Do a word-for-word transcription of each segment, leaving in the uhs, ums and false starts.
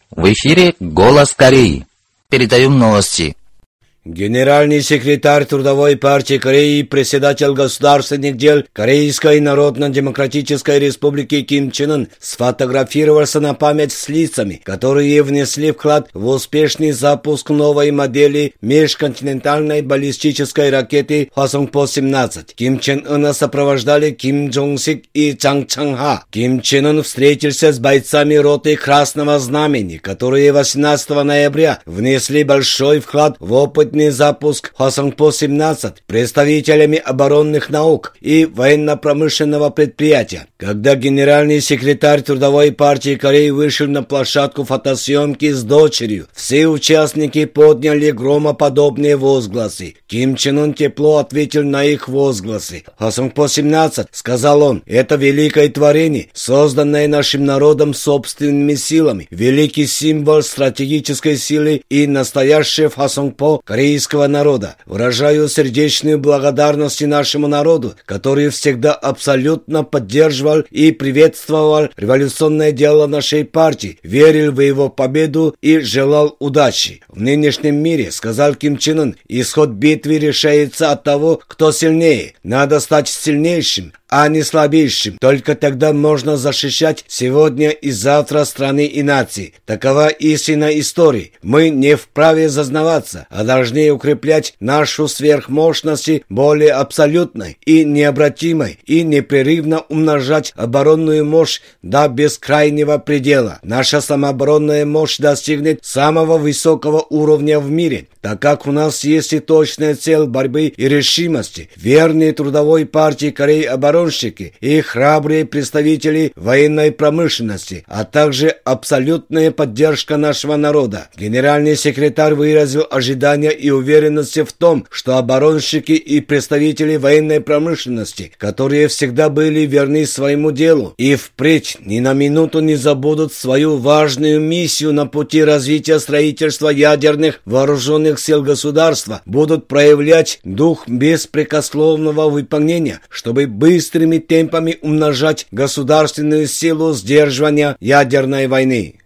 В эфире «Голос Кореи». Передаем новости. Генеральный секретарь Трудовой партии Кореи и председатель государственных дел Корейской Народно-Демократической Республики Ким Чен Ын сфотографировался на память с лицами, которые внесли вклад в успешный запуск новой модели межконтинентальной баллистической ракеты Хвасонг-По семнадцать. Ким Чен Ына сопровождали Ким Джонг Сик и Чан Чан Ха. Ким Чен Ын встретился с бойцами роты Красного Знамени, которые восемнадцатого ноября внесли большой вклад в опыт запуск Хвасонг-По семнадцать представителями оборонных наук и военно-промышленного предприятия. Когда генеральный секретарь Трудовой партии Кореи вышел на площадку фотосъемки с дочерью, все участники подняли громоподобные возгласы. Ким Чен Ын тепло ответил на их возгласы. «Хвасонг-По семнадцать, — сказал он, — это великое творение, созданное нашим народом собственными силами, великий символ стратегической силы и настоящее Хвасонг-По корейского народа. Выражаю сердечную благодарность нашему народу, который всегда абсолютно поддерживал и приветствовал революционное дело нашей партии, верил в его победу и желал удачи. В нынешнем мире, — сказал Ким Чен Ын, — исход битвы решается от того, кто сильнее. Надо стать сильнейшим, а не слабейшим. Только тогда можно защищать сегодня и завтра страны и нации. Такова истина истории. Мы не вправе зазнаваться, а должны укреплять нашу сверхмощность более абсолютной и необратимой и непрерывно умножать оборонную мощь до бескрайнего предела. Наша самооборонная мощь достигнет самого высокого уровня в мире, так как у нас есть и точная цель борьбы и решимости. Верные Трудовой партии Кореи оборонщики и храбрые представители военной промышленности, а также абсолютная поддержка нашего народа. Генеральный секретарь выразил ожидания и уверенности в том, что оборонщики и представители военной промышленности, которые всегда были верны своему делу и впредь ни на минуту не забудут свою важную миссию на пути развития строительства ядерных вооруженных сил государства, будут проявлять дух беспрекословного выполнения, чтобы быстрыми темпами умножать государственную силу сдерживания ядерной войны.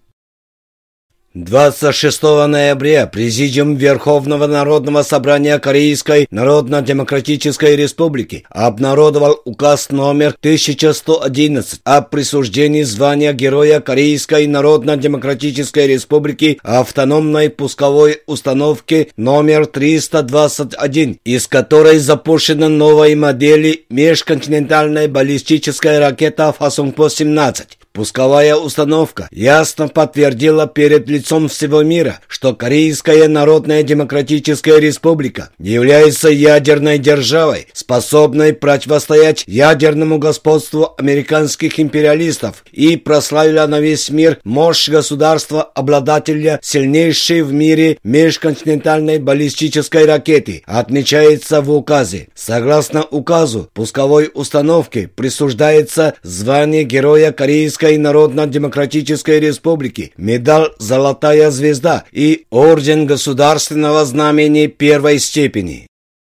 двадцать шестого ноября Президиум Верховного Народного Собрания Корейской Народно-Демократической Республики обнародовал указ номер тысяча сто одиннадцать о присуждении звания Героя Корейской Народно-Демократической Республики автономной пусковой установке номер триста двадцать один, из которой запущена новой модели межконтинентальной баллистической ракеты Хвасонг-По семнадцать. Пусковая установка ясно подтвердила перед лицом всего мира, что Корейская Народная Демократическая Республика является ядерной державой, способной противостоять ядерному господству американских империалистов, и прославила на весь мир мощь государства-обладателя сильнейшей в мире межконтинентальной баллистической ракеты, отмечается в указе. Согласно указу, пусковой установке присуждается звание Героя Корейской Народно-Демократической Республики, медаль «Золотая звезда» и орден Государственного Знамени первой степени.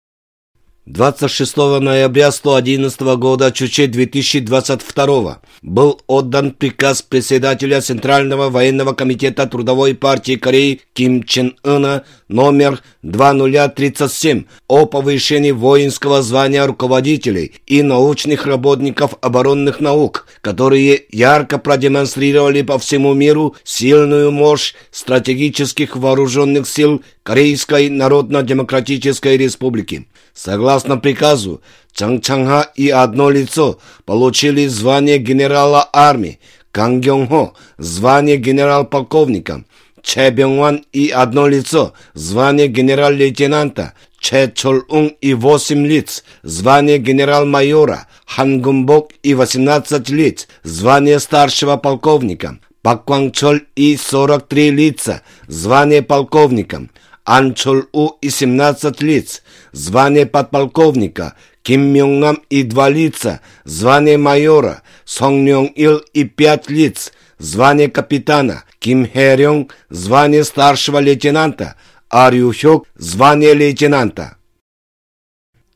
двадцать шестого ноября сто одиннадцатого года Чуче две тысячи двадцать второго был отдан приказ председателя Центрального военного комитета Трудовой партии Кореи Ким Чен Ына номер две тысячи тридцать семь о повышении воинского звания руководителей и научных работников оборонных наук, которые ярко продемонстрировали по всему миру сильную мощь стратегических вооруженных сил Корейской Народно-Демократической Республики. Согласно приказу, Чан Чан Ха и одно лицо получили звание генерала армии, Кан Гёнг Хо звание генерал-полковника, Чэ Бёнг Ван и одно лицо звание генерал-лейтенанта, Чэ Чол Ун и восемь лиц звание генерал-майора, Хан Гун Бок и восемнадцать лиц звание старшего полковника, Пак Кванг Чол и сорок три лица звание полковника, Ан Чол У и семнадцать лиц звание подполковника, Ким Мёнг Нам и два лица звание майора, Сон Мёнг Ил и пять лиц звание капитана, Ким Хэ Рёнг звание старшего лейтенанта, А Рю Хёк звание лейтенанта.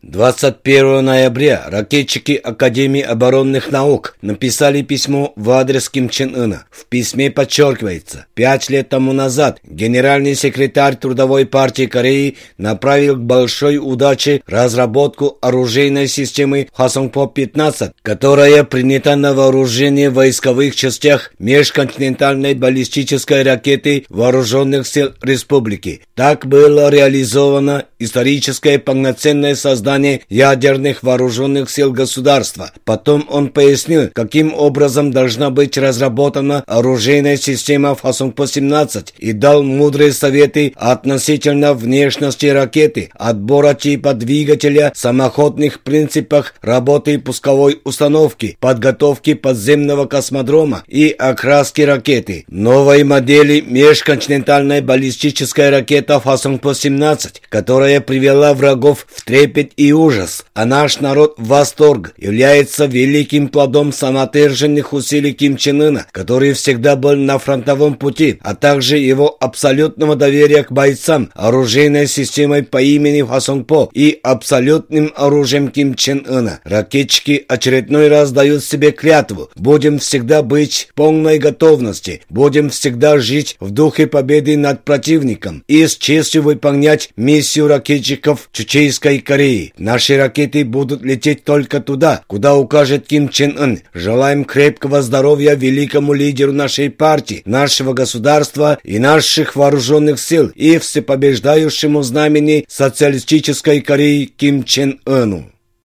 двадцать первого ноября ракетчики Академии оборонных наук написали письмо в адрес Ким Чен Ына. В письме подчеркивается, пять лет тому назад генеральный секретарь Трудовой партии Кореи направил к большой удаче разработку оружейной системы Хвасонпо пятнадцать, которая принята на вооружение в войсковых частях межконтинентальной баллистической ракеты Вооруженных сил Республики. Так было реализовано историческое полноценное создание ядерных вооруженных сил государства. Потом он пояснил, каким образом должна быть разработана оружейная система Хвасонпо семнадцать и дал мудрые советы относительно внешности ракеты, отбора типа двигателя, самоходных принципах работы пусковой установки, подготовки подземного космодрома и окраски ракеты. Новой модели межконтинентальной баллистической ракеты Хвасонпо семнадцать, которая привела врагов в трепет и ужас, а наш народ в восторг, является великим плодом самоотверженных усилий Ким Чен Ына, который всегда был на фронтовом пути, а также его абсолютного доверия к бойцам, оружейной системой по имени Хвасонпо и абсолютным оружием Ким Чен Ына. Ракетчики очередной раз дают себе клятву: будем всегда быть в полной готовности, будем всегда жить в духе победы над противником и с честью выполнять миссию ракетчиков Чучейской Кореи. Наши ракеты будут лететь только туда, куда укажет Ким Чен Ын. Желаем крепкого здоровья великому лидеру нашей партии, нашего государства и наших вооруженных сил и всепобеждающему знамени социалистической Кореи Ким Чен Ыну.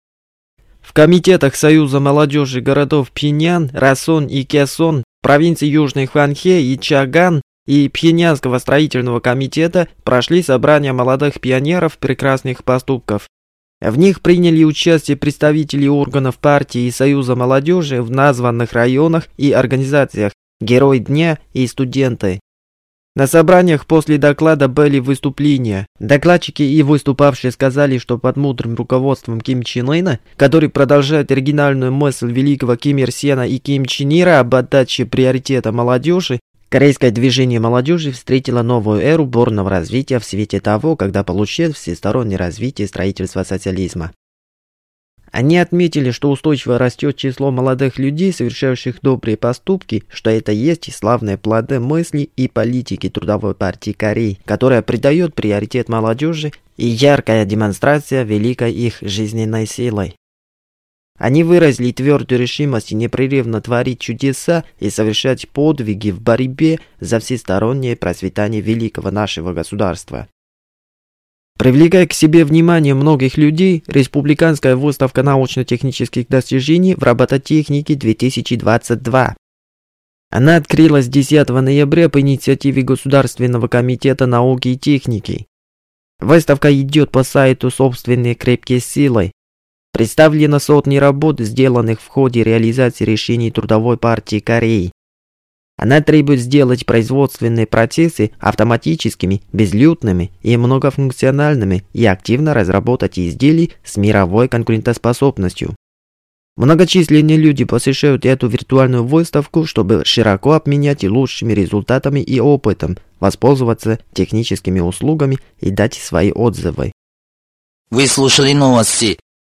В комитетах Союза молодежи городов Пхеньян, Расон и Кесон, провинций Южной Хванхэ и Чаган и Пхеньянского строительного комитета прошли собрания молодых пионеров прекрасных поступков. В них приняли участие представители органов партии и Союза молодежи в названных районах и организациях, Герой дня и студенты. На собраниях после доклада были выступления. Докладчики и выступавшие сказали, что под мудрым руководством Ким Чен Ына, который продолжает оригинальную мысль великого Ким Ир Сена и Ким Чен Ира об отдаче приоритета молодежи, корейское движение молодежи встретило новую эру бурного развития в свете того, когда получилось всестороннее развитие строительства социализма. Они отметили, что устойчиво растет число молодых людей, совершающих добрые поступки, что это есть и славные плоды мысли и политики Трудовой партии Кореи, которая придает приоритет молодежи и яркая демонстрация великой их жизненной силой. Они выразили твердую решимость непрерывно творить чудеса и совершать подвиги в борьбе за всестороннее процветание великого нашего государства. Привлекая к себе внимание многих людей, Республиканская выставка научно-технических достижений в робототехнике две тысячи двадцать два. Она открылась десятого ноября по инициативе Государственного комитета науки и техники. Выставка идет по сайту «Собственные крепкие силы». Представлено сотни работ, сделанных в ходе реализации решений Трудовой партии Кореи. Она требует сделать производственные процессы автоматическими, безлюдными и многофункциональными и активно разработать изделия с мировой конкурентоспособностью. Многочисленные люди посещают эту виртуальную выставку, чтобы широко обменять лучшими результатами и опытом, воспользоваться техническими услугами и дать свои отзывы. Вы слушали новости.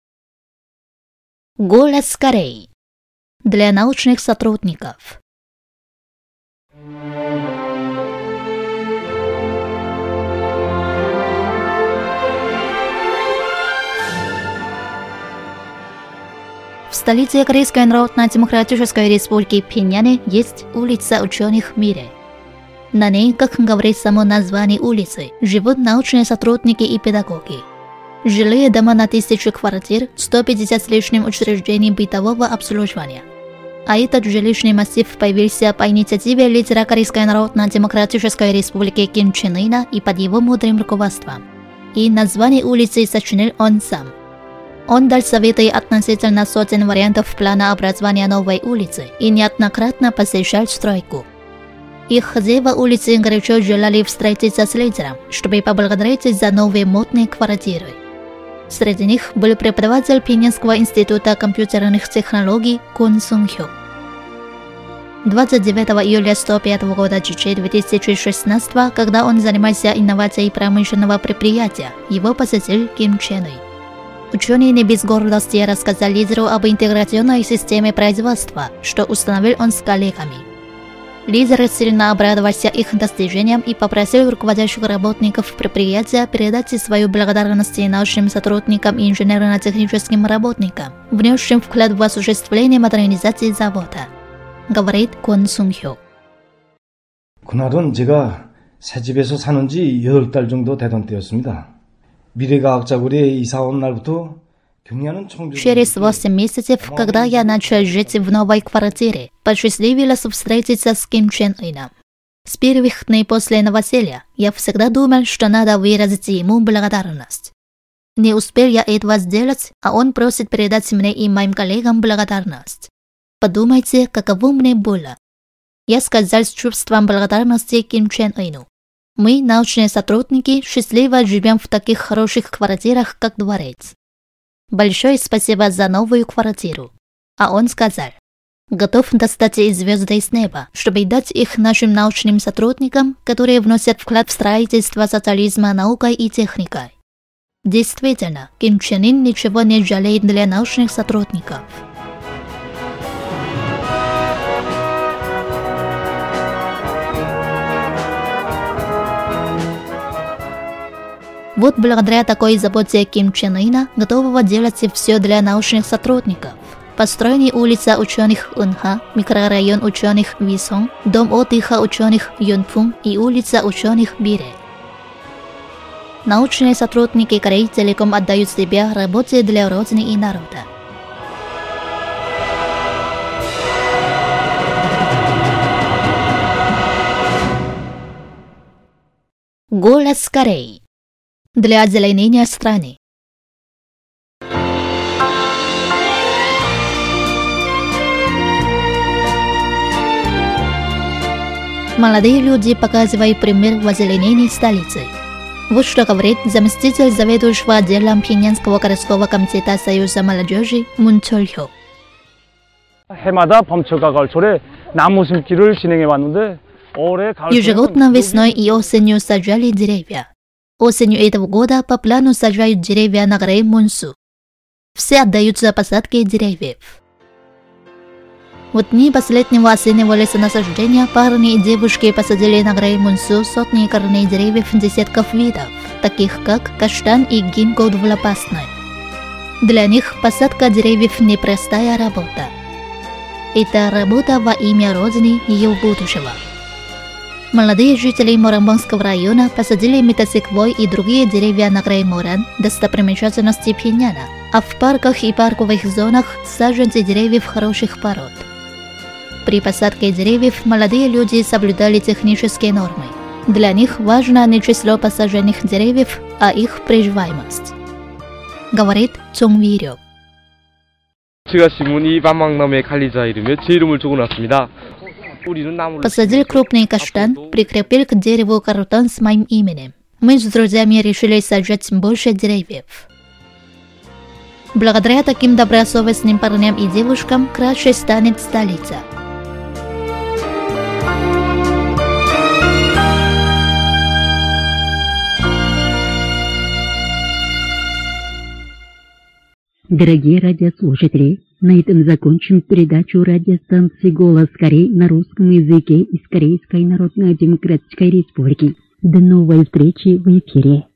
Голос Кореи для научных сотрудников. В столице Корейской Народно-Демократической Республики Пхеньяне есть улица ученых в мире. На ней, как говорит само название улицы, живут научные сотрудники и педагоги. Жилые дома на тысячу квартир, сто пятьдесят с лишним учреждений бытового обслуживания. А этот жилищный массив появился по инициативе лидера Корейской Народно-Демократической Республики Ким Чен Ына и под его мудрым руководством. И название улицы сочинил он сам. Он дал советы относительно сотен вариантов плана образования новой улицы и неоднократно посещал стройку. Их хозяева улицы горячо желали встретиться с лидером, чтобы поблагодарить за новые модные квартиры. Среди них был преподаватель Пхеньянского института компьютерных технологий Кун Сун Хё. двадцать девятого июля сто пятого года две тысячи шестнадцатого, когда он занимался инновацией промышленного предприятия, его посетил Ким Чен Ын. Ученые не без гордости рассказали лидеру об интеграционной системе производства, что установил он с коллегами. Лидер сильно обрадовался их достижениям и попросил руководящих работников предприятия передать свою благодарность научным сотрудникам и инженерно-техническим работникам, внесшим вклад в осуществление модернизации завода, говорит Kwon Sung-hyo. 그날은 제가 새 집에서 사는 지 여덟 달 정도 되던 때였습니다. 미래과학자고리에 이사 온 날부터 Через восемь месяцев, когда я начал жить в новой квартире, посчастливилось встретиться с Ким Чен Ыном. С первых дней после новоселья я всегда думал, что надо выразить ему благодарность. Не успел я этого сделать, а он просит передать мне и моим коллегам благодарность. Подумайте, каково мне было. Я сказал с чувством благодарности Ким Чен Ыну. Мы, научные сотрудники, счастливо живем в таких хороших квартирах, как дворец. Большое спасибо за новую квартиру. А он сказал, готов достать звезды из неба, чтобы дать их нашим научным сотрудникам, которые вносят вклад в строительство социализма наукой и техникой. Действительно, Ким Чен Ын ничего не жалеет для научных сотрудников. Вот благодаря такой заботе Ким Чен Ына, готового делать все для научных сотрудников, построены улица ученых Унха, микрорайон ученых Висон, дом отдыха ученых Юнпун и улица ученых Бире. Научные сотрудники Кореи целиком отдают себя работе для Родины и народа. Голос Кореи. Для озеленения страны. Молодые люди показывают пример в озеленении столицы. Вот что говорит заместитель заведующего отделом Пхеньянского городского комитета Союза молодежи Мун Чолхё. 해마다 봄철과 가을철에 나무 심기를 진행해 왔는데 Ежегодно весной и осенью сажали деревья. Осенью этого года по плану сажают деревья на горе Мунсу. Все отдаются посадке деревьев. В дни последнего осеннего лесонасаждения парни и девушки посадили на горе Мунсу сотни корней деревьев десятков видов, таких как каштан и гинго двулопастный. Для них посадка деревьев непростая работа. Это работа во имя Родины и ее будущего. Молодые жители Моранбонского района посадили метасеквой и другие деревья на горе Моран, достопримечательности Пхеньяна, а в парках и парковых зонах саженцы деревьев хороших пород. При посадке деревьев молодые люди соблюдали технические нормы. Для них важно не число посаженных деревьев, а их приживаемость. Говорит Chung Wi-ryuk. 제가 심은 이 밤망나무의 관리자 이름에 제 이름을 적어놨습니다. Посадил крупный каштан, прикрепил к дереву картон с моим именем. Мы с друзьями решили сажать больше деревьев. Благодаря таким добросовестным парням и девушкам краше станет столица. Дорогие радиослушатели, на этом закончим передачу радиостанции «Голос Кореи» на русском языке из Корейской Народно-Демократической Республики. До новой встречи в эфире.